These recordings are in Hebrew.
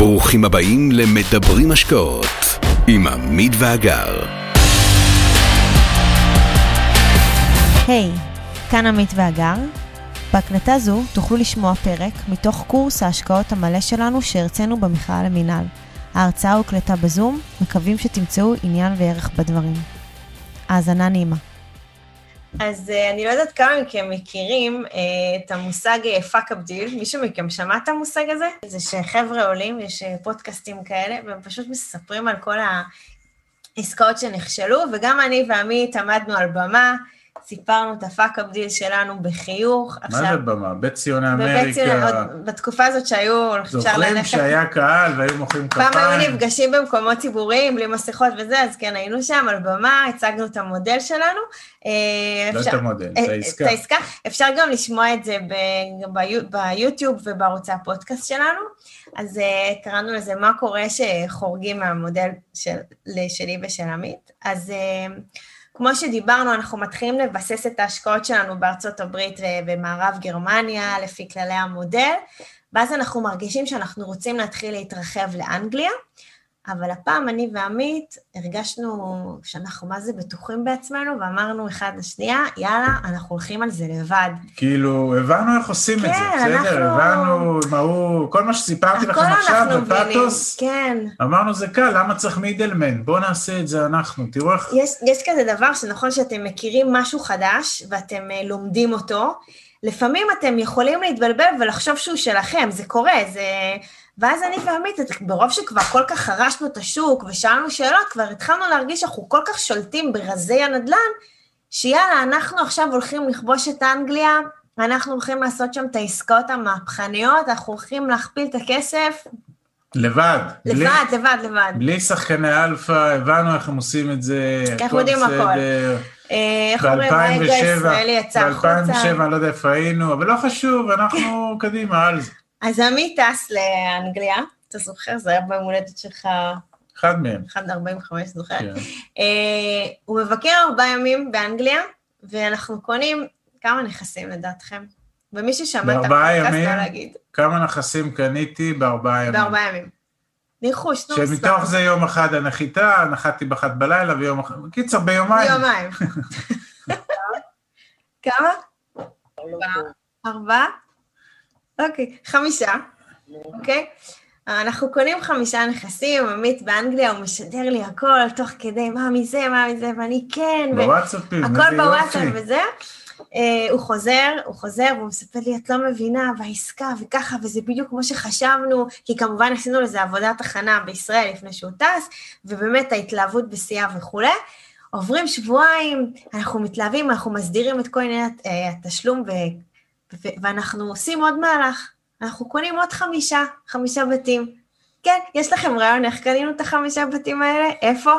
ברוכים הבאים למדברים השקעות עם עמית ואגר. היי, כאן עמית ואגר. בהקלטה זו תוכלו לשמוע פרק מתוך קורס ההשקעות המלא שלנו שהרצינו במכללה למינהל. ההרצאה הוקלטה בזום, מקווים שתמצאו עניין וערך בדברים. האזנה נעימה. אז אני לא יודעת כמה מכם מכירים את המושג פאק אפ דיל. מישהו מכם שמע את המושג הזה? זה שחבר'ה עולים, יש פודקאסטים כאלה, והם פשוט מספרים על כל העסקאות שנכשלו, וגם אני ועמית עמדנו על במה, סיפרנו את הפאק אפ דיל שלנו בחיוך. מה זה במה? בית ציוני אמריקה. בתקופה הזאת שהיו... זוכרים שהיה קהל והיו מוחאים כפיים. פעם היו נפגשים במקומות ציבוריים, בלי מסכות וזה, אז כן, היינו שם על במה, הצגנו את המודל שלנו. לא את המודל, את העסקה. את העסקה. אפשר גם לשמוע את זה ביוטיוב ובערוצי הפודקאסט שלנו. אז קראנו לזה מה קורה שחורגים מהמודל שלי ושל עמית. אז... כמו שדיברנו, אנחנו מתחילים לבסס את ההשקעות שלנו בארצות הברית ובמערב גרמניה, לפי כללי המודל, ואז אנחנו מרגישים שאנחנו רוצים להתחיל להתרחב לאנגליה, אבל הפעם אני ועמית הרגשנו שאנחנו מה זה בטוחים בעצמנו, ואמרנו אחד לשנייה, יאללה, אנחנו הולכים על זה לבד. כאילו, הבנו איך עושים את זה, בסדר? הבנו כל מה שסיפרתי לכם עכשיו בפאטוס, אמרנו זה קל, למה צריך מידלמן? בואו נעשה את זה אנחנו, תראו איך... יש כזה דבר שנכון שאתם מכירים משהו חדש, ואתם לומדים אותו, לפעמים אתם יכולים להתבלבל ולחשוב שהוא שלכם, זה קורה, זה... ואז אני ועמית, ברוב שכבר כל כך חרשנו את השוק ושאלנו שאלות, כבר התחלנו להרגיש שאנחנו כל כך שולטים ברזי הנדל"ן, שיאללה, אנחנו עכשיו הולכים לכבוש את אנגליה, אנחנו הולכים לעשות שם את העסקאות המהפכניות, אנחנו הולכים להכפיל את הכסף. לבד. לבד. בלי שחקני אלפא, הבנו איך הם עושים את זה. איך יודעים הכל. איך אומרים, האגו הישראלי יצא החוצה. ב-2007, אני לא יודע איפה היינו, אבל לא חשוב, אנחנו קדימה על זה. אז עמית טס לאנגליה, אתה זוכר, זה היה במולדת שלך... אחד מהם. 1.45, זוכר. כן. הוא מבקר 4 ימים באנגליה, ואנחנו קונים כמה נכסים לדעתכם. ומי ששמע את הפודקאסט לא להגיד. כמה נכסים קניתי ב4 ימים? ב4 ימים. ניחוש, נו. שמתוך זה יום אחד הנחיתה, נחתי ב1 בלילה, ויום אחד... קיצר, ביומיים. ביומיים. כמה? 4? אוקיי, 5, אוקיי? אנחנו קונים 5 נכסים, עמית באנגליה, הוא משדר לי הכל, תוך כדי, מה מזה, ואני כן, בוואטסאפים, הכל בוואטסאפ וזה. הוא חוזר, והוא מספר לי, את לא מבינה, והעסקה וככה, וזה בדיוק כמו שחשבנו, כי כמובן עשינו לזה עבודת הכנה בישראל לפני שהוא טס, ובאמת ההתלהבות בשיאה וכו'. עוברים שבועיים, אנחנו מתלהבים, אנחנו מסדירים את כל עניין התשלום ואנחנו עושים עוד מהלך, אנחנו קונים עוד 5 בתים. כן, יש לכם רעיון איך קנינו את 5 בתים האלה? איפה?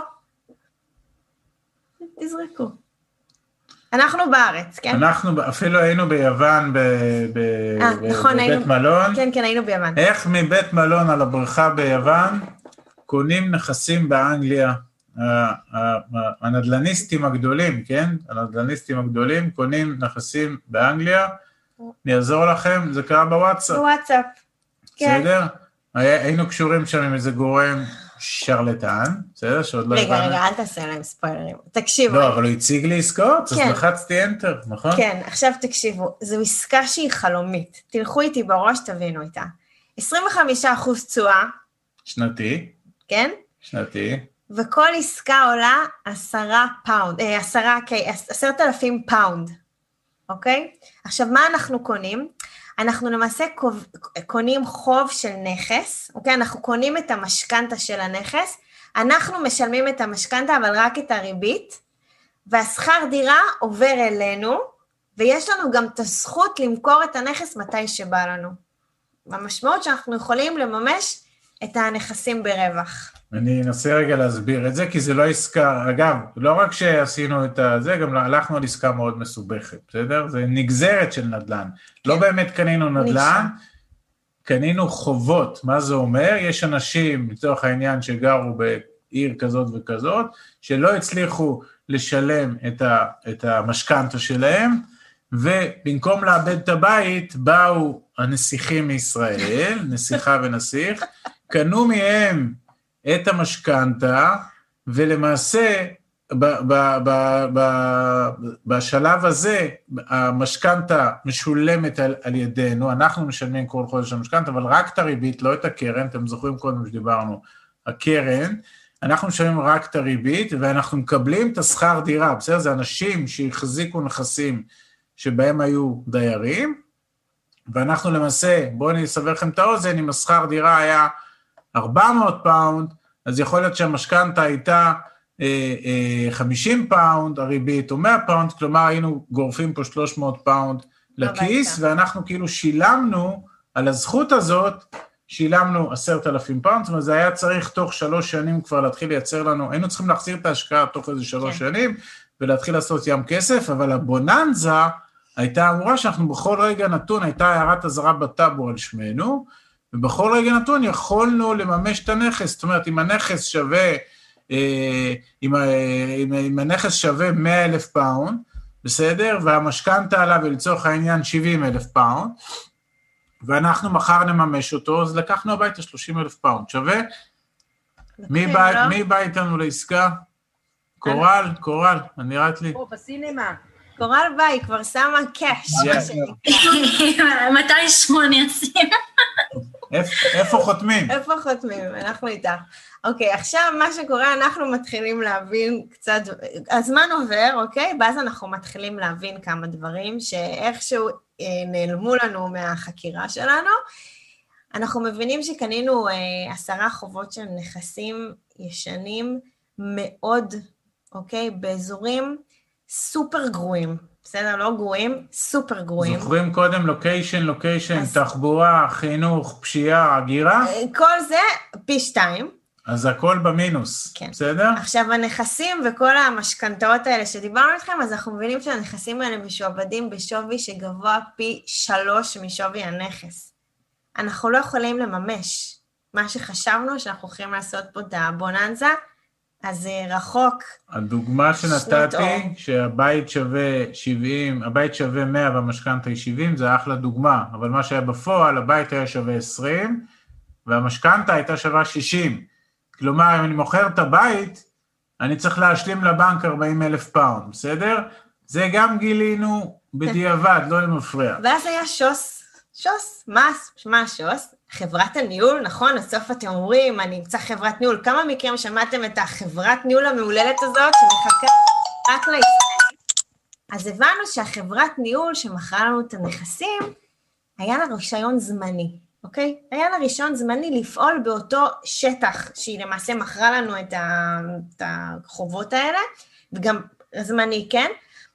תזרקו. אנחנו בארץ, כן? אנחנו אפילו היינו ביוון בבית מלון. כן, היינו ביוון. איך מבית מלון על הבריכה ביוון קונים נכסים באנגליה? הנדלניסטים הגדולים, כן? הנדלניסטים הגדולים קונים נכסים באנגליה, אני אעזור לכם, זה קרה בוואטסאפ. בוואטסאפ, כן. בסדר? היינו קשורים שם עם איזה גורם שרלטן, בסדר? שעוד לא הבנו. רגע, אל תעשה להם ספוילרים. תקשיבו. לא, אבל הוא הציג לי עסקאות, אז לחצתי אנטר, נכון? כן, עכשיו תקשיבו, זו עסקה שהיא חלומית. תלכו איתי בראש, תבינו איתה. 25% תשואה. שנתי. כן? שנתי. וכל עסקה עולה 10,000 פאונד. אוקיי? עכשיו, מה אנחנו קונים? אנחנו למעשה קונים חוב של נכס, אוקיי? אנחנו קונים את המשכנתה של הנכס, אנחנו משלמים את המשכנתה, אבל רק את הריבית, והשכר דירה עובר אלינו, ויש לנו גם את הזכות למכור את הנכס מתי שבא לנו. והמשמעות שאנחנו יכולים לממש את הנכסים ברווח. אני אנסה רגע להסביר את זה, כי זה לא עסקה, אגב, לא רק שעשינו את זה, גם הלכנו על עסקה מאוד מסובכת, בסדר? זה נגזרת של נדל"ן. כן. לא באמת קנינו נדל"ן, קנינו חובות. מה זה אומר? יש אנשים, לצורך העניין, שגרו בעיר כזאת וכזאת, שלא הצליחו לשלם את המשכנתה שלהם, ובמקום לאבד את הבית, באו הנסיכים מישראל, נסיכה ונסיך, קנו מהם את המשכנתה, ולמעשה, בשלב הזה, המשכנתה משולמת על ידינו, אנחנו משלמים כל חודש המשכנתה, אבל רק את הריבית, לא את הקרן, אתם זוכרים קודם שדיברנו, הקרן, אנחנו משלמים רק את הריבית, ואנחנו מקבלים את השכר דירה, בסדר? זה אנשים שהחזיקו נכסים שבהם היו דיירים, ואנחנו למעשה, בואו אני אסבר לכם את האוזן, אם השכר דירה היה 400 פאונד, אז יכול להיות שהמשכנתה הייתה 50 פאונד, הריבית, או 100 פאונד, כלומר היינו גורפים פה 300 פאונד לכיס, ואנחנו כאילו שילמנו על הזכות הזאת, שילמנו 10,000 פאונד, זאת אומרת, זה היה צריך תוך 3 שנים כבר להתחיל לייצר לנו, היינו צריכים להחזיר את ההשקעה תוך איזה 3 שנים, ולהתחיל לעשות ים כסף, אבל הבוננזה הייתה אמורה שאנחנו בכל רגע נתון, הייתה הערת הזרה בטאבו על שמנו, ובכל רגע נתון יכולנו לממש את הנכס, זאת אומרת, אם הנכס שווה, אם הנכס שווה 100,000 פאונד, בסדר, והמשכנתה עליו לצורך העניין 70,000 פאונד, ואנחנו מחר נממש אותו, אז לקחנו הביתה 30,000 פאונד, שווה? מי בא איתנו לעסקה? קורל, אני נראית לי. פה, בסינמה. קורל ביי, כבר שמה קאש. מתי שמוני עושים? איפה חותמים? איפה חותמים? אנחנו איתך. אוקיי, עכשיו מה שקורה, אנחנו מתחילים להבין קצת, הזמן עובר, אוקיי? ואז אנחנו מתחילים להבין כמה דברים שאיכשהו נעלמו לנו מהחקירה שלנו. אנחנו מבינים שקנינו 10 חובות של נכסים ישנים מאוד, אוקיי? באזורים סופר גרועים. בסדר, לא גרועים, סופר גרועים. זוכרים קודם לוקיישן, תחבורה, חינוך, פשיעה, הגירה? כל זה פי 2. אז הכל במינוס, כן. בסדר? עכשיו הנכסים וכל המשכנתאות האלה שדיברנו איתכם, אז אנחנו מבינים שהנכסים האלה משועבדים בשווי שגבוה פי 3 משווי הנכס. אנחנו לא יכולים לממש מה שחשבנו שאנחנו יכולים לעשות פה את הבוננזה, אז זה רחוק. הדוגמה שנתתי, שהבית שווה 70, הבית שווה 100 והמשכנתה היא 70, זה אחלה דוגמה, אבל מה שהיה בפועל, הבית היה שווה 20, והמשכנתה הייתה שווה 60. כלומר, אם אני מוכר את הבית, אני צריך להשלים לבנק 40,000 פאונד, בסדר? זה גם גילינו בדיעבד, לא למפריע. ואז היה שוס, מה שוס? חברת הניהול, נכון? בסוף אתם אומרים, אני אמצא חברת ניהול. כמה מכם שמעתם את החברת ניהול המעוללת הזאת, שמחכה רק לישראל? אז הבנו שהחברת ניהול שמכרה לנו את הנכסים, היה לה רישיון זמני, אוקיי? היה לה רישיון זמני לפעול באותו שטח, שהיא למעשה מכרה לנו את החובות האלה, וגם זמני, כן?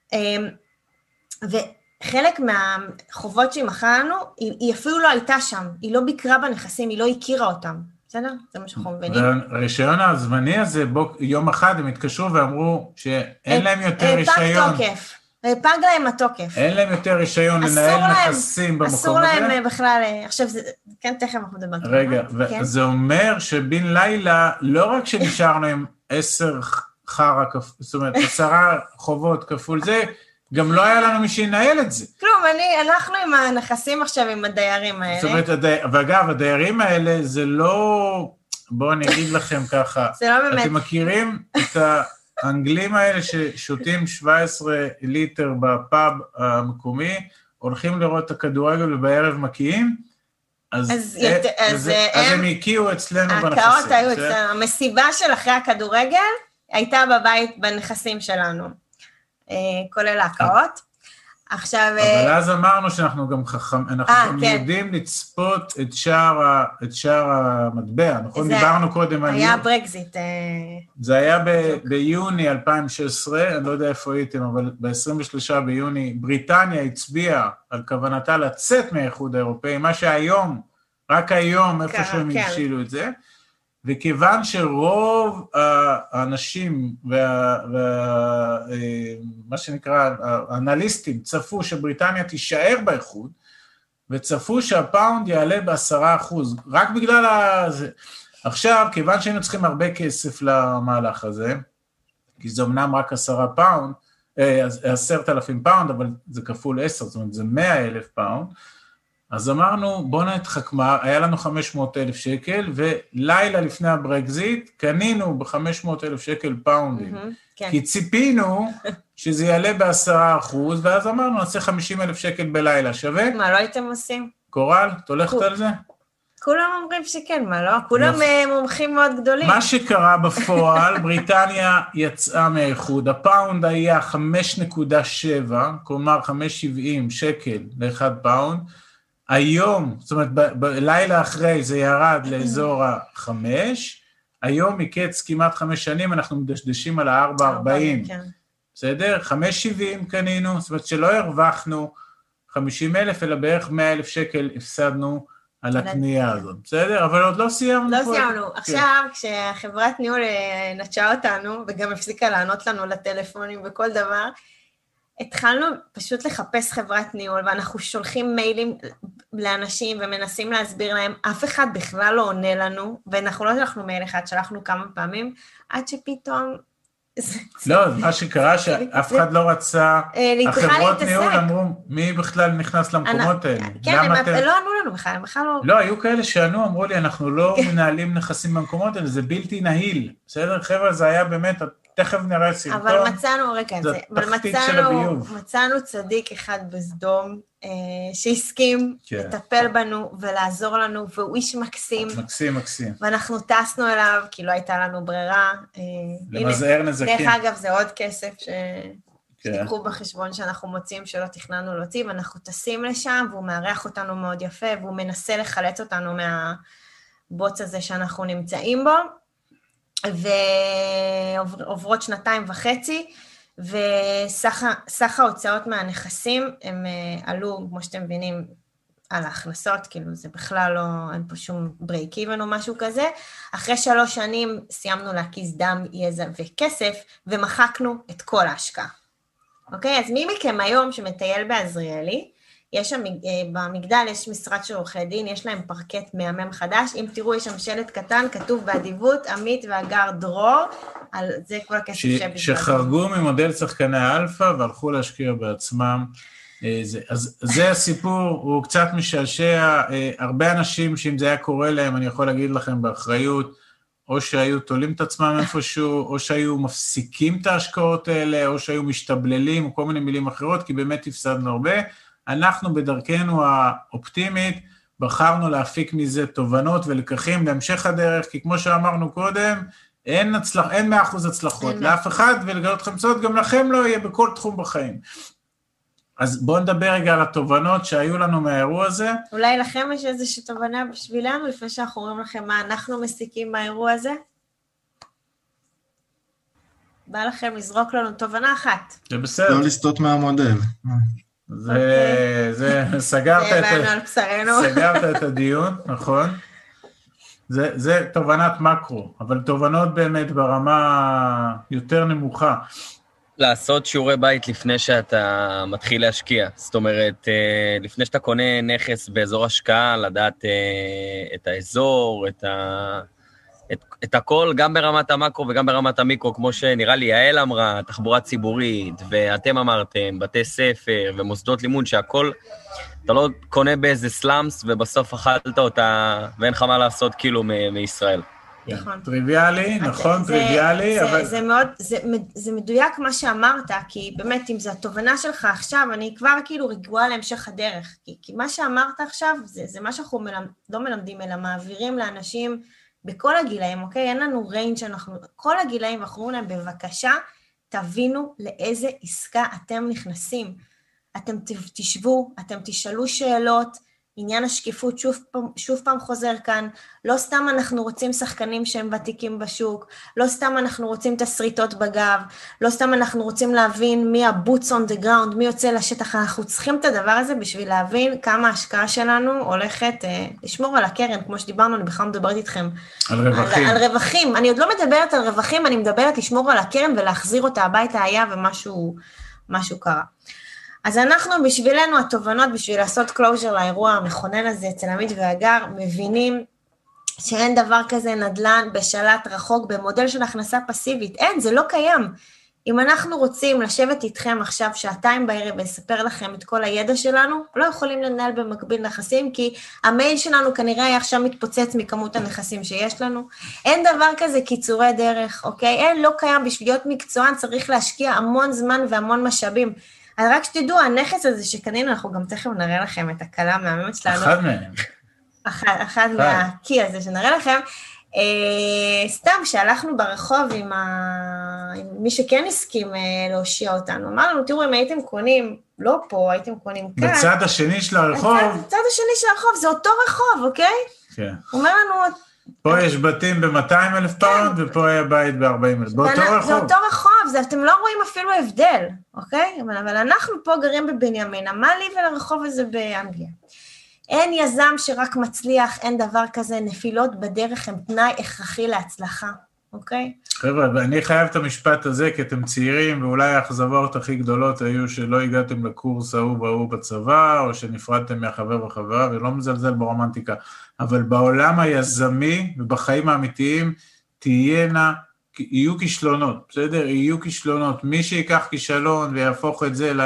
חלק מהחובות שהיא מכרה לנו, היא אפילו לא הייתה שם, היא לא ביקרה בנכסים, היא לא הכירה אותם, בסדר? זה מה שאנחנו מבינים. והרישיון הזמני הזה, יום אחד הם התקשרו ואמרו שאין להם יותר רישיון. פג להם התוקף. אין להם יותר רישיון לנהל נכסים במקום הזה. אסור להם בכלל, עכשיו זה, כן, תכף אנחנו מדברים. רגע, זה אומר שבין לילה, לא רק שנשארנו עם 10 חרה, זאת אומרת, 10 חובות כפול זה, גם לא היה לנו מי שינהל את זה. כלום, אנחנו עם הנכסים עכשיו, עם הדיירים האלה. זאת אומרת, ואגב, הדיירים האלה זה לא, בואו אני אגיד לכם ככה, זה לא באמת. אתם מכירים את האנגלים האלה ששותים 17 ליטר בפאב המקומי, הולכים לראות את הכדורגל ובערב מקיאים, אז הם הקיעו אצלנו בנכסים. הקאות היו אצלנו, המסיבה של אחרי הכדורגל הייתה בבית בנכסים שלנו. כולל ההקאות. עכשיו... אבל אז אמרנו שאנחנו גם אנחנו יודעים לצפות את שער המטבע, נכון? דיברנו קודם על... היה ברקזיט. זה היה ביוני 2016, אני לא יודע איפה הייתם, אבל ב-23 ביוני, בריטניה הצביעה על כוונתה לצאת מהאיחוד האירופאי, מה שהיום, רק היום, איפה שהם הבשילו את זה, וכיוון שרוב האנשים מה שנקרא, האנליסטים צפו שבריטניה תישאר באיחוד, וצפו שהפאונד יעלה ב10%, רק בגלל עכשיו, כיוון שהיינו צריכים הרבה כסף למהלך הזה, כי זה אמנם רק 10 פאונד, 10,000 פאונד, אבל זה כפול 10, זאת אומרת, זה 100,000 פאונד, אז אמרנו, בוא נתחכמה, היה לנו 500,000 שקל, ולילה לפני הברקזיט, קנינו ב-500,000 שקל פאונדים. כי ציפינו שזה יעלה ב10%, ואז אמרנו, נעשה 50,000 שקל בלילה, שווה? מה, לא הייתם עושים? קורל, את הולכת על זה? כולם אומרים שכן, מה לא? כולם מומחים מאוד גדולים. מה שקרה בפועל, בריטניה יצאה מהאיחוד, הפאונד היה 5.7, כלומר 5.70 שקל לאחד פאונד, היום, זאת אומרת, בלילה אחרי זה ירד לאזור ה-5, היום מקץ כמעט 5 שנים, אנחנו מדשדשים על ה-4.40, בסדר? 5.70 קנינו, זאת אומרת שלא הרווחנו 50,000, אלא בערך 100,000 שקל הפסדנו על הקנייה הזאת, בסדר? אבל עוד לא סיימנו. לא סיימנו. עכשיו, כשחברת ניהול נטשה אותנו, וגם הפסיקה לענות לנו לטלפונים וכל דבר, התחלנו פשוט לחפש חברת ניהול, ואנחנו שולחים מיילים לאנשים ומנסים להסביר להם, אף אחד בכלל לא עונה לנו, ואנחנו לא שלחנו מייל אחד, שלחנו כמה פעמים, עד שפתאום... לא, מה שקרה שאף אחד לא רצה, החברות ניהול אמרו, מי בכלל נכנס למקומות האלה? כן, הם לא ענו לנו בכלל, הם בכלל לא... לא, היו כאלה שענו, אמרו לי, אנחנו לא מנהלים נכסים במקומות האלה, זה בלתי נהיל, בסדר? חבר'ה, זה היה באמת... תכף נראה סרטון. אבל מצאנו, רגע, מצאנו צדיק אחד בסדום, שהסכים לטפל בנו ולעזור לנו, והוא איש מקסים. מקסים. ואנחנו טסנו אליו, כי לא הייתה לנו ברירה. למזער נזקים. דרך אגב, זה עוד כסף שתיקחו בחשבון שאנחנו מוצאים שלא תכננו להוציא, ואנחנו טסים לשם, והוא מארח אותנו מאוד יפה, והוא מנסה לחלץ אותנו מהבוץ הזה שאנחנו נמצאים בו. ועוברות 2.5, וסך ההוצאות מהנכסים הם עלו, כמו שאתם מבינים, על ההכנסות, כאילו זה בכלל לא, אין פה שום ברייק איבן או משהו כזה. אחרי 3 שנים סיימנו להקיז דם, יזע וכסף, ומחקנו את כל ההשקעה. אוקיי? אז מי מכם היום שמטייל בעזריאלי, יש שם, במגדל יש משרד של עורכי דין, יש להם פרקט מהמם חדש, אם תראו יש שם שלט קטן, כתוב באדיבות, עמית והגר דרור, על זה כל הכסף שבזבזו. שחרגו ממודל שחקני האלפא, והלכו להשקיע בעצמם, אז זה הסיפור, הוא קצת משעשע, הרבה אנשים שאם זה היה קורה להם, אני יכול להגיד לכם באחריות, או שהיו תולים את עצמם איפשהו, או שהיו מפסיקים את ההשקעות האלה, או שהיו משתבללים, או כל מיני מילים אחרות, כי באמת הפסדנו הרבה, אנחנו בדרכנו האופטימית, בחרנו להפיק מזה תובנות ולקחים להמשך הדרך, כי כמו שאמרנו קודם, אין 100% הצלחות לאף אחד, ולגלות לכם סוד, גם לכם לא יהיה בכל תחום בחיים. אז בואו נדבר רגע על התובנות שהיו לנו מהאירוע הזה. אולי לכם יש איזושהי תובנה בשבילנו, לפני שאנחנו רואים לכם מה אנחנו מסיקים מהאירוע הזה? בא לכם לזרוק לנו תובנה אחת. זה בסדר. לא לסטות מהמודל. סגרת את הדיון, נכון? זה תובנת מקרו, אבל תובנות באמת ברמה יותר נמוכה. לעשות שיעורי בית לפני שאתה מתחיל להשקיע, זאת אומרת, לפני שאתה קונה נכס באזור השקעה, לדעת את האזור, את הכל, גם ברמת המקרו וגם ברמת המיקרו, כמו שנראה לי, יעל אמרה, תחבורה ציבורית, ואתם אמרתם, בתי ספר ומוסדות לימוד, שהכל, אתה לא קונה באיזה סלאמס, ובסוף אכלת אותה, ואין לך מה לעשות כאילו מישראל. נכון. טריוויאלי, נכון, טריוויאלי, אבל... זה מדויק מה שאמרת, כי באמת, אם זו התובנה שלך עכשיו, אני כבר כאילו רגועה להמשך הדרך, כי מה שאמרת עכשיו, זה מה שאנחנו לא מלמדים, אלא מעבירים לאנשים בכל הגילאים, אוקיי? אין לנו ריינג' שאנחנו, כל הגילאים, ואנחנו אומרים להם, בבקשה, תבינו לאיזה עסקה אתם נכנסים. אתם תשבו, אתם תשאלו שאלות, עניין השקיפות שוב פעם חוזר כאן, לא סתם אנחנו רוצים שחקנים שהם ותיקים בשוק, לא סתם אנחנו רוצים תסריטות בגב, לא סתם אנחנו רוצים להבין מי ה-boots on the ground, מי יוצא לשטח, אנחנו צריכים את הדבר הזה בשביל להבין כמה ההשקעה שלנו הולכת לשמור על הקרן, כמו שדיברנו, אני בכלל מדברת איתכם. על רווחים. על רווחים, אני עוד לא מדברת על רווחים, אני מדברת לשמור על הקרן ולהחזיר אותה הביתה היה ומשהו קרה. אז אנחנו בשבילנו התובנות, בשביל לעשות קלוז'ר לאירוע המכונן הזה אצל עמית והגר, מבינים שאין דבר כזה נדל"ן בשלט רחוק, במודל של הכנסה פסיבית, אין, זה לא קיים. אם אנחנו רוצים לשבת איתכם עכשיו שעתיים בערב ולספר לכם את כל הידע שלנו, לא יכולים לנהל במקביל נכסים, כי המייל שלנו כנראה היה עכשיו מתפוצץ מכמות הנכסים שיש לנו. אין דבר כזה קיצורי דרך, אוקיי? לא קיים, בשביל להיות מקצוען צריך להשקיע המון זמן והמון משאבים. אז רק שתדעו, הנכס הזה שקנינו, אנחנו גם תכף נראה לכם את הקלה המהממת שלנו. אחד מהם. אחד מהקי הזה שנראה לכם. סתם שהלכנו ברחוב עם מי שכן הסכים להושיע אותנו, אמר לנו, תראו, אם הייתם קונים, לא פה, הייתם קונים כאן. בצד השני של הרחוב. בצד השני של הרחוב, זה אותו רחוב, אוקיי? כן. הוא אומר לנו... פה יש בתים ב-200,000 פאונד, ופה היה בית ב-40,000, באותו רחוב. זה אותו רחוב, אתם לא רואים אפילו הבדל, אוקיי? אבל אנחנו פה גרים בבנימינה, מה לי ולרחוב הזה באנגליה? אין יזם שרק מצליח, אין דבר כזה, נפילות בדרך הם תנאי הכרחי להצלחה, אוקיי? חבר'ה, ואני חייב את המשפט הזה, כי אתם צעירים, ואולי האכזבות הכי גדולות היו שלא הגעתם לקורס ההוא וההוא בצבא, או שנפרדתם מהחבר וחברה, ולא מזלזל ברומנטיקה, אבל בעולם היזמי ובחיים האמיתיים, יהיו כישלונות, בסדר? יהיו כישלונות. מי שיקח כישלון ויהפוך את זה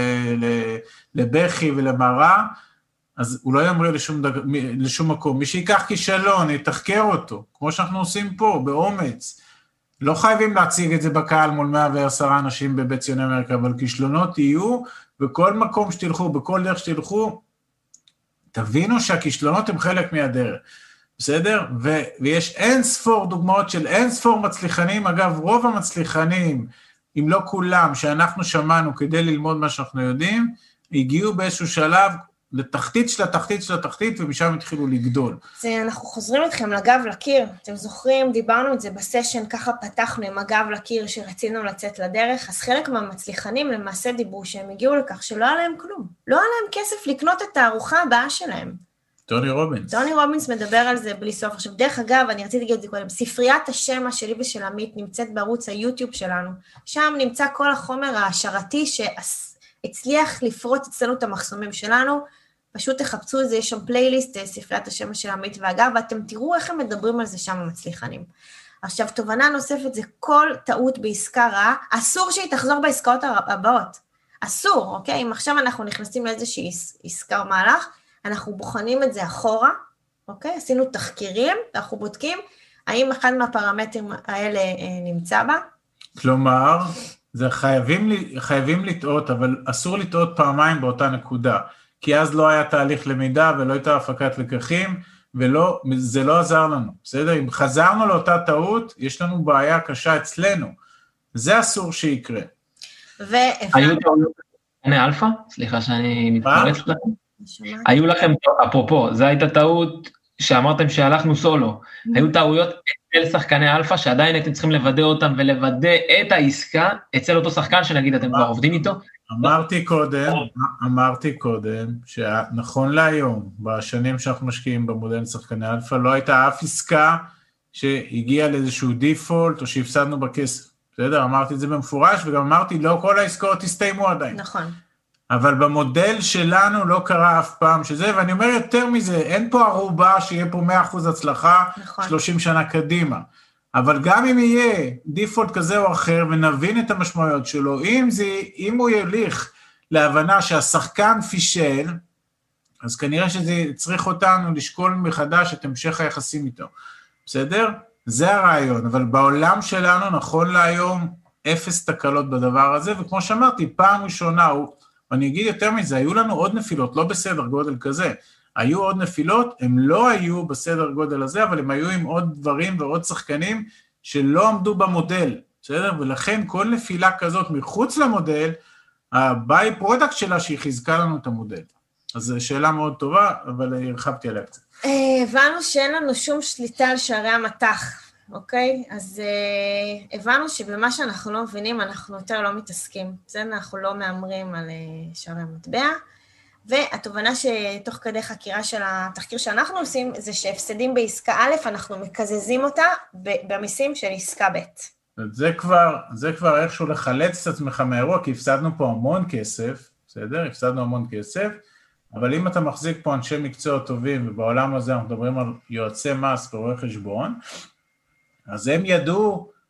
לבכי ולמראה, אז הוא לא יאמר לשום מקום. מי שיקח כישלון, יתחקר אותו, כמו שאנחנו עושים פה, באומץ. לא חייבים להציג את זה בקהל מול 110 אנשים בבית ציוני אמריקה, אבל כישלונות יהיו, בכל מקום שתלכו, בכל דרך שתלכו, תבינו שהכישלונות הם חלק מהדרך. בסדר? ויש אין ספור דוגמאות של אין ספור מצליחנים, אגב, רוב המצליחנים, אם לא כולם, שאנחנו שמענו כדי ללמוד מה שאנחנו יודעים, הגיעו באיזשהו שלב, לתחתית של התחתית של התחתית, ומשם התחילו לגדול. אנחנו חוזרים אתכם לגב לקיר, אתם זוכרים, דיברנו את זה בסשן, ככה פתחנו עם הגב לקיר שרצינו לצאת לדרך, אז חלק מהמצליחנים למעשה דיברו שהם הגיעו לכך שלא היה להם כלום, לא היה להם כסף לקנות את הארוחה הבאה שלהם. טוני רובינס. טוני רובינס מדבר על זה בלי סוף. עכשיו, דרך אגב, אני רציתי להגיד את זה קודם, ספריית השמע שלי ושל עמית נמצאת בערוץ היוטיוב שלנו, שם נמצא כל החומר ההשערתי שהצליח לפרוץ אצלנו את המחסומים שלנו, פשוט תחפשו את זה, יש שם פלייליסט, ספריית השמע של עמית ואגב, ואתם תראו איך הם מדברים על זה שם המצליחנים. עכשיו, תובנה נוספת זה כל טעות בעסקה רעה, אסור שהיא תחזור בעסקאות הבאות. אסור, אוקיי? אם עכשיו אנחנו נכנסים לאיזושהי עסקה או מהלך, אנחנו בוחנים את זה אחורה, אוקיי? עשינו תחקירים, אנחנו בודקים, האם אחד מהפרמטרים האלה נמצא בה? כלומר, זה חייבים לטעות, אבל אסור לטעות פעמיים באותה נקודה, כי אז לא היה תהליך למידה ולא הייתה הפקת לקחים, וזה לא עזר לנו, בסדר? אם חזרנו לאותה טעות, יש לנו בעיה קשה אצלנו, זה אסור שיקרה. היו טעויות שחקני אלפא? סליחה שאני מתפרץ לכם. היו לכם, אפרופו, זו הייתה טעות שאמרתם שהלכנו סולו, היו טעויות אצל שחקני אלפא שעדיין הייתם צריכים לוודא אותם ולוודא את העסקה אצל אותו שחקן שנגיד אתם כבר עובדים איתו? אמרתי קודם שנכון להיום, בשנים שאנחנו משקיעים במודל שחקני אלפא, לא הייתה אף עסקה שהגיעה לאיזשהו דיפולט או שהפסדנו בכסף, בסדר? אמרתי את זה במפורש וגם אמרתי לא כל העסקאות הסתיימו עדיין. נכון. אבל במודל שלנו לא קרה אף פעם שזה, ואני אומר יותר מזה, אין פה ערובה שיהיה פה 100% הצלחה, נכון. 30 שנה קדימה. אבל גם אם יהיה דיפולט כזה או אחר, ונבין את המשמעויות שלו, אם הוא יליך להבנה שהשחקן פישל, אז כנראה שזה צריך אותנו לשקול מחדש את המשך היחסים איתו. בסדר? זה הרעיון, אבל בעולם שלנו נכון להיום, 0 תקלות בדבר הזה, וכמו שאמרתי, פעם ראשונה ואני אגיד יותר מזה, היו לנו עוד נפילות, לא בסדר גודל כזה, היו עוד נפילות, הם לא היו בסדר גודל הזה, אבל הם היו עם עוד דברים ועוד שחקנים שלא עמדו במודל, בסדר? ולכן כל נפילה כזאת מחוץ למודל, הביי פרודקט שלה שהיא חיזקה לנו את המודל. אז זו שאלה מאוד טובה, אבל הרחבתי עליה קצת. הבנו שאין לנו שום שליטה על שערי המתח. אוקיי? אז הבנו שבמה שאנחנו לא מבינים, אנחנו יותר לא מתעסקים. זה אנחנו לא מאמרים על שערי המטבע, והתובנה שתוך כדי חקירה של התחקיר שאנחנו עושים, זה שהפסדים בעסקה א', אנחנו מקזזים אותה במיסים של עסקה ב'. זה כבר איכשהו לחלץ את עצמך מהאירוע, כי הפסדנו פה המון כסף, בסדר? הפסדנו המון כסף, אבל אם אתה מחזיק פה אנשי מקצוע טובים, ובעולם הזה אנחנו מדברים על יועצי מס ורואי חשבון, אז הם ידעו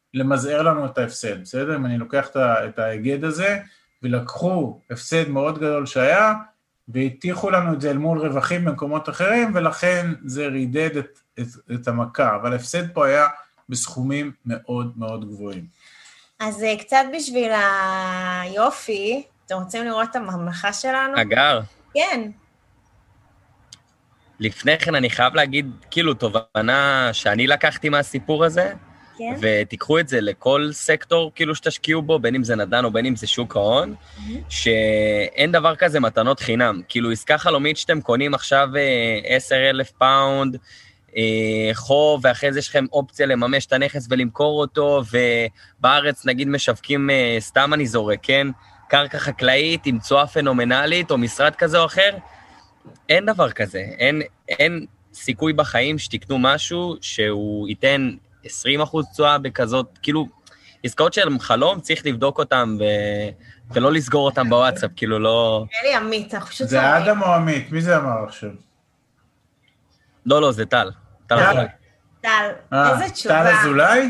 למזער לנו את ההפסד, בסדר? אם אני לוקח את ההיגד הזה, ולקחו הפסד מאוד גדול שהיה, והתיחו לנו את זה אל מול רווחים במקומות אחרים, ולכן זה רידד את המכה, אבל ההפסד פה היה בסכומים מאוד מאוד גבוהים. אז קצת בשביל היופי, אתם רוצים לראות את הממלכה שלנו? אגר. כן. לפני כן אני חייב להגיד, כאילו, תובנה שאני לקחתי מהסיפור הזה, כן. ותיקחו את זה לכל סקטור, כאילו, שתשקיעו בו, בין אם זה נדל"ן או בין אם זה שוק ההון, שאין דבר כזה מתנות חינם. כאילו, עסקה חלומית שאתם קונים עכשיו 10,000 פאונד, חוב, ואחרי זה יש לכם אופציה לממש את הנכס ולמכור אותו, ובארץ נגיד משווקים, סתם אני זורק, כן? קרקע חקלאית עם צועה פנומנלית, או משרד כזה או אחר, אין דבר כזה, אין סיכוי בחיים שתקנו משהו שהוא ייתן 20% צועה בכזאת, כאילו, עסקאות של חלום צריך לבדוק אותם ולא לסגור אותם בוואטסאפ, כאילו לא... אלי עמית, אנחנו פשוט... זה אדם או עמית? מי זה אמר עכשיו? לא, זה טל. טל, איזה תשובה. טל אזולאי?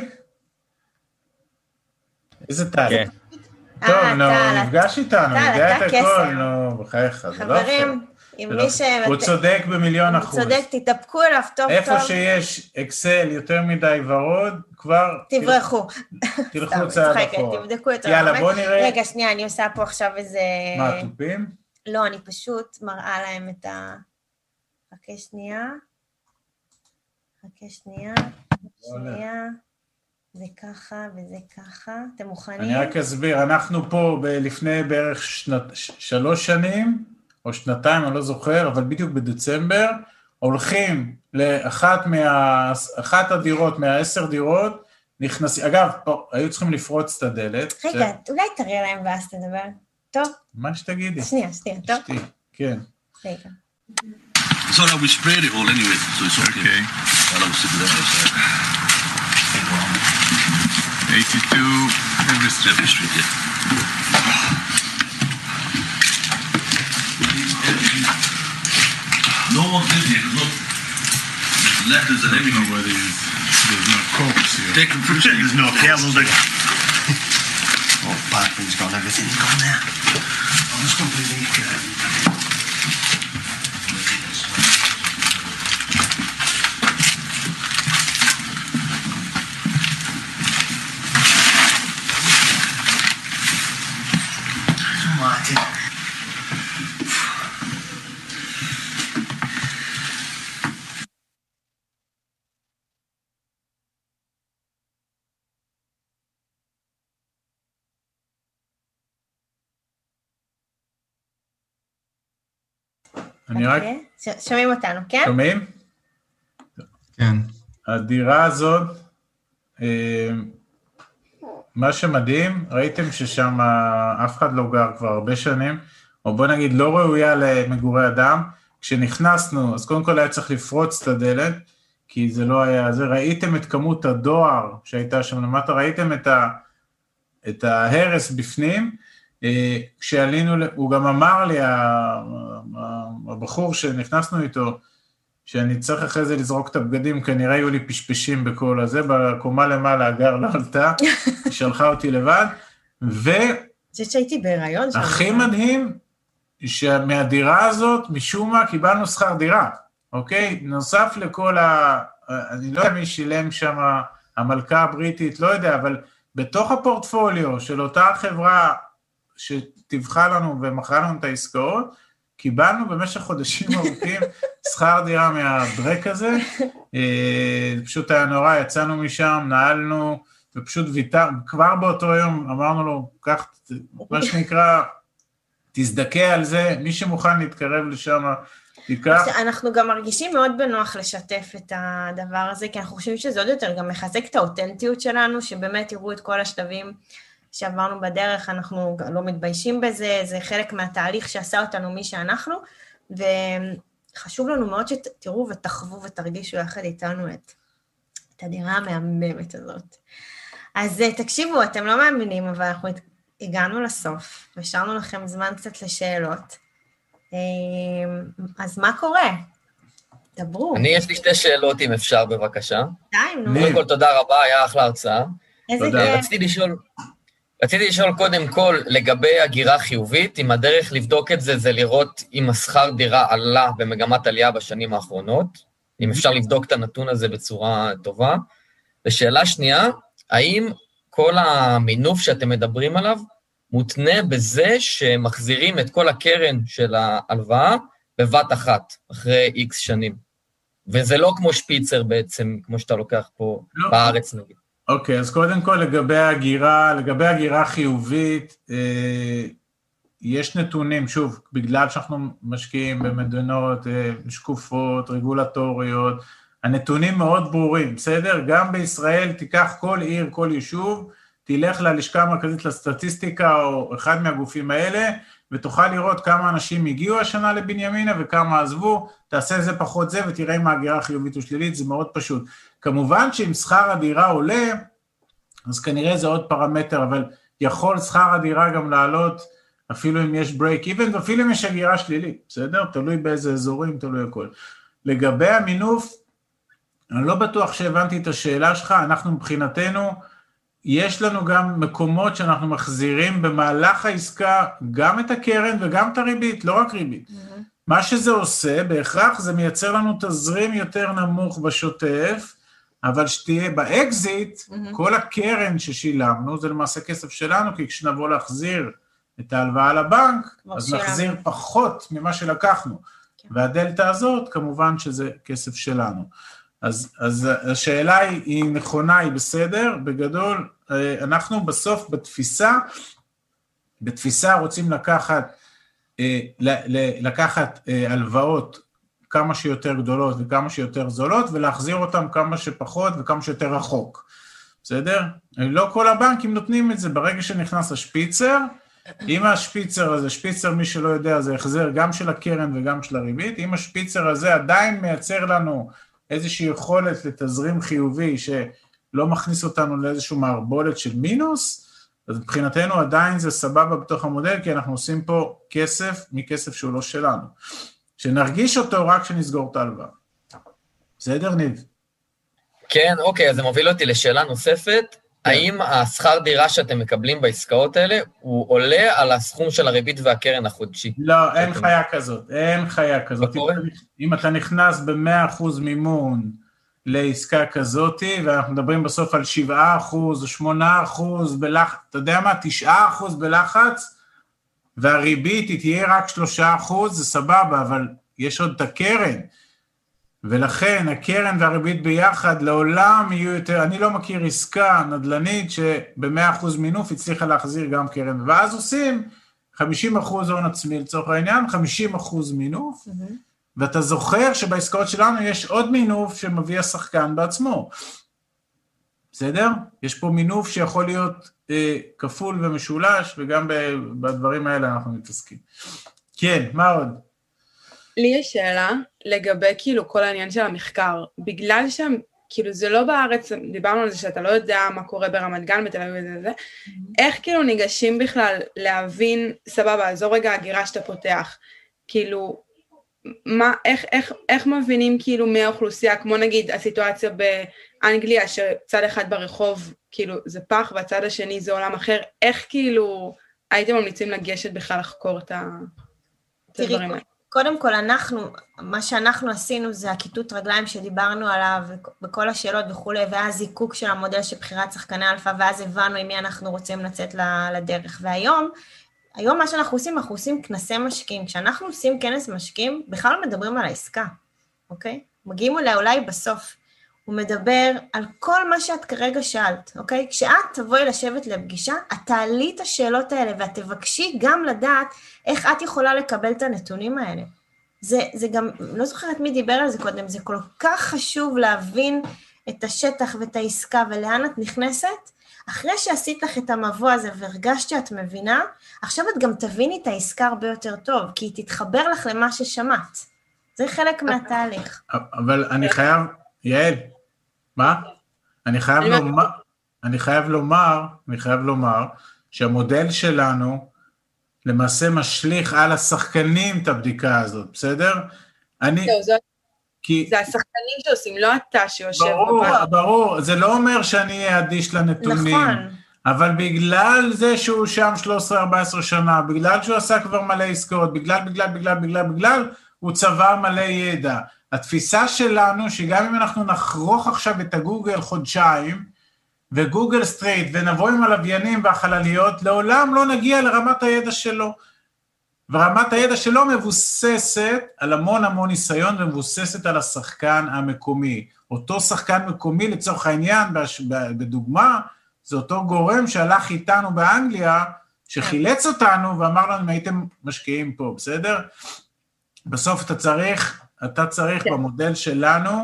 איזה טל? כן. טוב, נפגש איתנו, יודע את הכל, בחייך, זה לא חברים, עם מי ש... הוא צודק במיליון אחוז. הוא צודק, תתאפקו אליו טוב טוב. איפה שיש אקסל יותר מדי ורוד, כבר... תברחו. תלכו צעד אחורה. תבדקו את יאללה, בוא נראה. רגע, שנייה, אני עושה פה עכשיו איזה... מה, טופים? לא, אני פשוט מראה להם את ה... חכה שנייה. זה ככה וזה ככה, אתם מוכנים? אני רק אסביר, אנחנו פה לפני בערך 3 שנים, או 2, אני לא זוכר, אבל בדיוק בדצמבר, הולכים לאחת הדירות, 10 דירות, נכנסים, אגב, פה, היו צריכים לפרוץ את הדלת. רגע, אולי תראה להם ואז תדבר. טוב? מה שתגידי. שנייה, טוב? כן. רגע. So now we sprayed it all anyway, so it's okay. While I was sitting there outside. 82 Every Street, yeah. No one's in here, look. There's letters and everything. I don't know where there's no corpse here. There's no candles there. Oh, bathroom's gone, everything's gone there. I'm just completely... שומעים אותנו, כן? שומעים? כן. הדירה הזאת, מה שמדהים, ראיתם ששם אף אחד לא גר כבר הרבה שנים, או בוא נגיד לא ראויה למגורי אדם, כשנכנסנו, אז קודם כל היה צריך לפרוץ את הדלת, כי זה לא היה, זה ראיתם את כמות הדואר שהייתה שם למטה, ראיתם את ההרס בפנים, כשעלינו, הוא גם אמר לי, הבחור שנכנסנו איתו, שאני צריך אחרי זה לזרוק את הבגדים, כנראה היו לי פשפשים בכל הזה, בקומה למעלה הגר לא עלתה, היא שלחה אותי לבד, חושבת שהייתי בהיריון. הכי מדהים, שמהדירה הזאת, משום מה, קיבלנו שכר דירה, אוקיי? נוסף לכל אני לא יודע מי שילם שם, המלכה הבריטית, לא יודע, אבל בתוך הפורטפוליו של אותה חברה, שטבחה לנו ומכרה לנו את העסקאות, קיבלנו במשך חודשים ארוכים שכר דירה מהברק הזה, פשוט היה נורא, יצאנו משם, נעלנו, ופשוט כבר באותו יום אמרנו לו, כך, מה שנקרא, תזדכה על זה, מי שמוכן להתקרב לשם, תיקח. אנחנו גם מרגישים מאוד בנוח לשתף את הדבר הזה, כי אנחנו חושבים שזה עוד יותר גם מחזק את האותנטיות שלנו, שבאמת יראו את כל השלבים שעברנו בדרך, אנחנו לא מתביישים בזה, זה חלק מהתהליך שעשה אותנו מי שאנחנו, וחשוב לנו מאוד שתראו ותחוו ותרגישו יחד איתנו את הדירה המהממת הזאת. אז תקשיבו, אתם לא מאמינים, אבל אנחנו הגענו לסוף, ושארנו לכם זמן קצת לשאלות. אז מה קורה? דברו. יש לי 2 שאלות אם אפשר בבקשה. די, נו. קודם כל תודה רבה, היה אחלה הרצאה. רציתי לשאול קודם כל, לגבי הגירה חיובית, אם הדרך לבדוק את זה, זה לראות אם השכר דירה עלה במגמת עלייה בשנים האחרונות, אם אפשר לבדוק את הנתון הזה בצורה טובה. ושאלה שנייה, האם כל המינוף שאתם מדברים עליו, מותנה בזה שמחזירים את כל הקרן של ההלוואה בבת אחת, אחרי X שנים. וזה לא כמו שפיצר בעצם, כמו שאתה לוקח פה לא. בארץ נגיד. אוקיי, אז קודם כל לגבי הגירה חיובית, יש נתונים, שוב, בגלל שאנחנו משקיעים במדינות שקופות, רגולטוריות, הנתונים מאוד ברורים, בסדר? גם בישראל תיקח כל עיר, כל יישוב, תלך ללשכה המרכזית לסטטיסטיקה או אחד מהגופים האלה, ותוכל לראות כמה אנשים הגיעו השנה לבנימינה וכמה עזבו, תעשה זה פחות זה ותראה אם ההגירה חיובית או שלילית, זה מאוד פשוט. כמובן שאם שכר הדירה עולה, אז כנראה זה עוד פרמטר, אבל יכול שכר הדירה גם לעלות, אפילו אם יש break even, ואפילו אם יש הגירה שלילית, בסדר? תלוי באיזה אזורים, תלוי הכל. לגבי המינוף, אני לא בטוח שהבנתי את השאלה שלך, אנחנו מבחינתנו, יש לנו גם מקומות שאנחנו מחזירים במהלך העסקה, גם את הקרן וגם את הריבית, לא רק ריבית. מה שזה עושה, בהכרח זה מייצר לנו תזרים יותר נמוך בשוטף, אבל שתהיה באקזיט, כל הקרן ששילמנו, זה למעשה כסף שלנו, כי כשנבוא להחזיר את ההלוואה לבנק, אז נחזיר פחות ממה שלקחנו. והדלתה הזאת, כמובן שזה כסף שלנו. אז השאלה היא נכונה, היא בסדר, בגדול, אנחנו בסוף בתפיסה רוצים לקחת הלוואות כמה שיותר גדולות וכמה שיותר זולות, ולהחזיר אותם כמה שפחות וכמה שיותר רחוק, בסדר? לא כל הבנקים נותנים את זה, ברגע שנכנס השפיצר, אם השפיצר הזה, שפיצר מי שלא יודע, זה החזר גם של הקרן וגם של הריבית, אם השפיצר הזה עדיין מייצר לנו איזושהי יכולת לתזרים חיובי, שלא מכניס אותנו לאיזשהו מערבולת של מינוס, אז מבחינתנו עדיין זה סבבה בתוך המודל, כי אנחנו עושים פה כסף מכסף שהוא לא שלנו. שנרגיש אותו רק שנסגור את ההלוואה. בסדר, ניב? כן, אוקיי, אז זה מוביל אותי לשאלה נוספת, האם השכר דירה שאתם מקבלים בעסקאות האלה, הוא עולה על הסכום של הריבית והקרן החודשי? לא, אין חיה כזאת, אין חיה כזאת. אם אתה נכנס ב100% מימון לעסקה כזאת, ואנחנו מדברים בסוף על 7% או 8% בלחץ, אתה יודע מה, 9% בלחץ, והריבית היא תהיה רק 3%, זה סבבה, אבל יש עוד את הקרן, ולכן הקרן והריבית ביחד לעולם יהיו יותר, אני לא מכיר עסקה נדל"נית שב100% מינוף הצליחה להחזיר גם קרן, ואז עושים 50% הון עצמי לצורך העניין, 50% מינוף, ואתה זוכר שבעסקאות שלנו יש עוד מינוף שמביא השחקן בעצמו, בסדר? יש פה מינוף שיכול להיות כפול ומשולש, וגם בדברים האלה אנחנו מתעסקים. כן, מה עוד? לי יש שאלה לגבי כאילו כל העניין של המחקר, בגלל שם, כאילו זה לא בארץ, דיברנו על זה שאתה לא יודע מה קורה ברמת גן, בתל אביב וזה, איך כאילו ניגשים בכלל להבין, סבבה, זו רגע הגירה שאתה פותח, כאילו, מה, איך מבינים כאילו מהאוכלוסייה, כמו נגיד הסיטואציה באנגליה, שצד אחד ברחוב כאילו זה פח, והצד השני זה עולם אחר, איך כאילו הייתם ממליצים לגשת בכלל לחקור את הדברים האלה? קודם כל, מה שאנחנו עשינו זה הכיתות רגליים שדיברנו עליו, בכל השאלות וכולי, ואז זיקוק של המודל של בחירת שחקני אלפא, ואז הבנו עם מי אנחנו רוצים לצאת לדרך. והיום מה שאנחנו עושים, אנחנו עושים כנסי משקיעים. כשאנחנו עושים כנס משקיעים, בכלל לא מדברים על העסקה, אוקיי? מגיעים אולי בסוף. הוא מדבר על כל מה שאת כרגע שאלת, אוקיי? כשאת תבואי לשבת לפגישה, את תעלי את השאלות האלה, ואת תבקשי גם לדעת איך את יכולה לקבל את הנתונים האלה. זה גם, לא זוכרת מי דיבר על זה קודם, זה כל כך חשוב להבין את השטח ואת העסקה, ולאן את נכנסת. אחרי שעשית לך את המבוא הזה, והרגשת שאת מבינה, עכשיו את גם תביני את העסקה הרבה יותר טוב, כי היא תתחבר לך למה ששמעת. זה חלק מהתהליך. אבל אני חייב, יעל, מה? אני חייב לומר שהמודל שלנו למעשה משליך על השחקנים את הבדיקה הזאת, בסדר? זה השחקנים שעושים, לא אתה שיושב בבית. ברור, זה לא אומר שאני אהיה אדיש לנתונים. נכון. אבל בגלל זה שהוא שם 13-14 שנה, בגלל שהוא עשה כבר מלא עסקאות, בגלל, הוא צבא מלא ידע. התפיסה שלנו, שגם אם אנחנו נחרוך עכשיו את הגוגל חודשיים, וגוגל סטריט, ונבוא עם הלוויינים והחלליות, לעולם לא נגיע לרמת הידע שלו. ורמת הידע שלו מבוססת על המון ניסיון, ומבוססת על השחקן המקומי. אותו שחקן מקומי, לצורך העניין, בדוגמה, זה אותו גורם שהלך איתנו באנגליה, שחילץ אותנו, ואמר לנו, אם הייתם משקיעים פה, בסדר? בסוף אתה צריך במודל שלנו,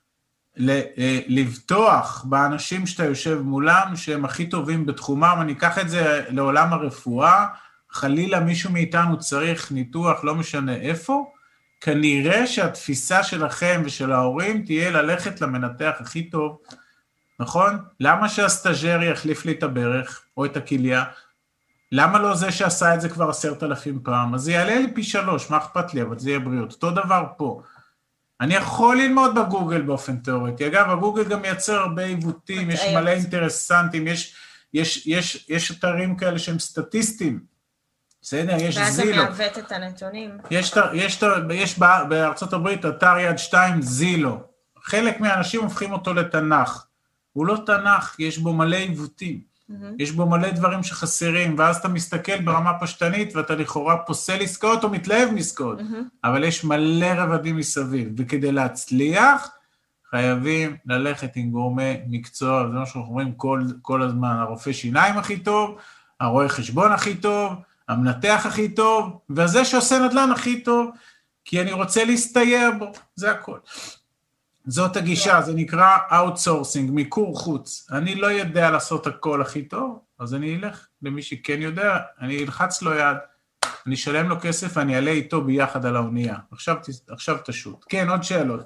לבטוח באנשים שאתה יושב מולם, שהם הכי טובים בתחומם, אני אקח את זה לעולם הרפואה, חלילה מישהו מאיתנו צריך ניתוח, לא משנה איפה, כנראה שהתפיסה שלכם ושל ההורים תהיה ללכת למנתח הכי טוב, נכון? למה שהסטאז'ר יחליף לי את הברך או את הכליה? למה לא זה שעשה את זה כבר 10,000 פעם? אז זה יעלה לי פי 3, מה אכפת לי? אבל זה יהיה בריאות. אותו דבר פה. אני יכול ללמוד בגוגל באופן תיאורטי. אגב, הגוגל גם מייצר הרבה עיוותים, יש מלא אינטרסנטים, יש אתרים כאלה שהם סטטיסטיים. בסדר, יש זילו. ואז אתה מעוות את הנתונים. יש בארצות הברית אתר יד 2 זילו. חלק מהאנשים הופכים אותו לתנ"ך. הוא לא תנ"ך, יש בו מלא עיוותים. יש בו מלא דברים שחסרים, ואז אתה מסתכל ברמה פשטנית, ואתה לכאורה פוסל עסקאות או מתלהב מעסקאות, אבל יש מלא רבדים מסביב, וכדי להצליח, חייבים ללכת עם גורמי מקצוע, זה מה שאנחנו אומרים כל הזמן, הרופא שיניים הכי טוב, הרואה חשבון הכי טוב, המנתח הכי טוב, וזה שעושה נדל"ן הכי טוב, כי אני רוצה להסתייע בו, זה הכל. זאת הגישה, זה נקרא outsourcing, מיקור חוץ. אני לא יודע לעשות הכל הכי טוב, אז אני אלך למי שכן יודע, אני אלחץ לו יד, אני אשלם לו כסף, ואני אעלה איתו ביחד על האונייה. עכשיו תשוט. כן, עוד שאלות.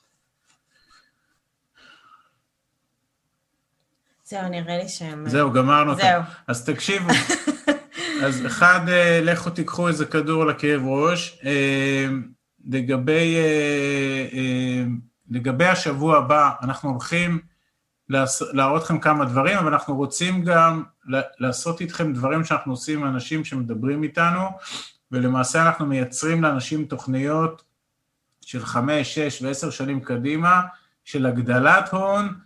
זהו, נראה לי שהם... זהו, גמרנו אותם. אז תקשיבו. אז אחד, לכו תיקחו איזה כדור לכאב ראש. לגבי השבוע הבא, אנחנו הולכים להראות לכם כמה דברים, אבל אנחנו רוצים גם לעשות איתכם דברים שאנחנו עושים עם אנשים שמדברים איתנו, ולמעשה אנחנו מייצרים לאנשים תוכניות של 5, 6 ו10 שנים קדימה, של הגדלת הון,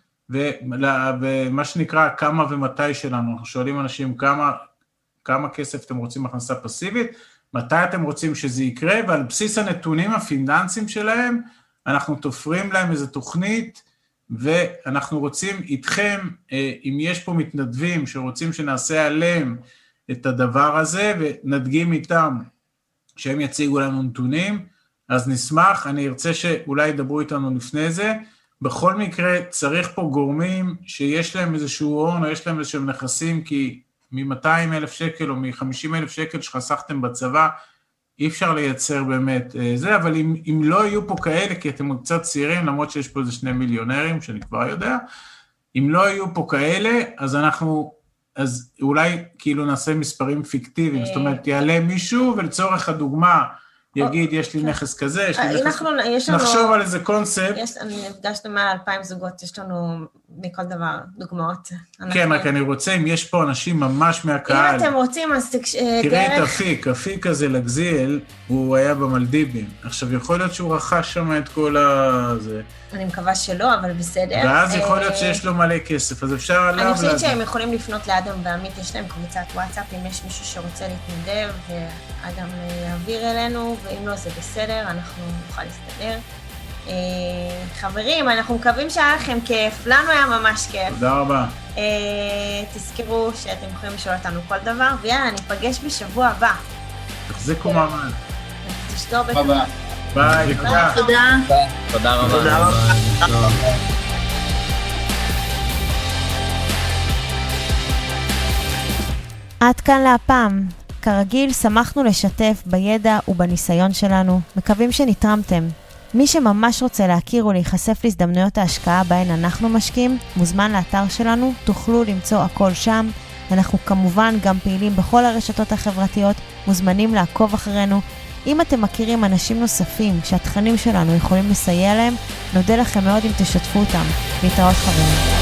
ומה שנקרא כמה ומתי שלנו. אנחנו שואלים אנשים כמה כסף אתם רוצים הכנסה פסיבית, מתי אתם רוצים שזה יקרה, ועל בסיס הנתונים הפיננסיים שלהם, אנחנו תופרים להם איזו תוכנית, ואנחנו רוצים איתכם, אם יש פה מתנדבים שרוצים שנעשה עליהם את הדבר הזה, ונדגים איתם שהם יציגו לנו נתונים, אז נשמח, אני ארצה שאולי ידברו איתנו לפני זה, בכל מקרה צריך פה גורמים שיש להם איזשהו הון, או יש להם איזשהם נכסים, כי מ-200,000 שקל או מ-50,000 שקל שחסכתם בצבא, אי אפשר לייצר באמת זה, אבל אם לא יהיו פה כאלה, כי אתם קצת צעירים, למרות שיש פה איזה 2 מיליונרים, שאני כבר יודע, אם לא יהיו פה כאלה, אז אולי כאילו נעשה מספרים פיקטיביים, זאת אומרת, יעלה מישהו, ולצורך הדוגמה, יגיד, יש לי נכס כזה, יש לי נכס כזה, נחשוב על איזה קונספט. אני נפגשנו מעל 2,000 זוגות, יש לנו מכל דבר דוגמאות. כן, רק אני רוצה, אם יש פה אנשים ממש מהקהל. אם אתם רוצים, אז תראה את אפיק הזה לגזיאל, הוא היה במלדיבים. עכשיו, יכול להיות שהוא רכש שם את כל הזה. אני מקווה שלא, אבל בסדר. ואז יכול להיות שיש לו מלא כסף, אז אפשר עליו... אני חושבת שהם יכולים לפנות לאדם ועמית, יש להם קבוצת וואטסאפ, אם יש מישהו שרוצה להתנדב, ואדם יעביר אלינו, ואם לא זה בסדר, אנחנו נוכל להסתדר. חברים, אנחנו מקווים שהיה לכם כיף, לנו היה ממש כיף. תודה רבה. תזכרו שאתם יכולים לשאול אותנו כל דבר, ויאללה, ניפגש בשבוע הבא. תחזיקו מעמד. תשתור בקרוב. ביי, תודה. תודה רבה. עד כאן להפעם. כרגיל, שמחנו לשתף בידע ובניסיון שלנו. מקווים שנתרמתם. מי שממש רוצה להכיר ולהיחשף להזדמנויות ההשקעה בהן אנחנו משקיעים, מוזמן לאתר שלנו, תוכלו למצוא הכל שם. אנחנו כמובן גם פעילים בכל הרשתות החברתיות, מוזמנים לעקוב אחרינו. אם אתם מכירים אנשים נוספים שהתכנים שלנו יכולים לסייע להם, נודה לכם מאוד אם תשתפו אותם. להתראות חברים.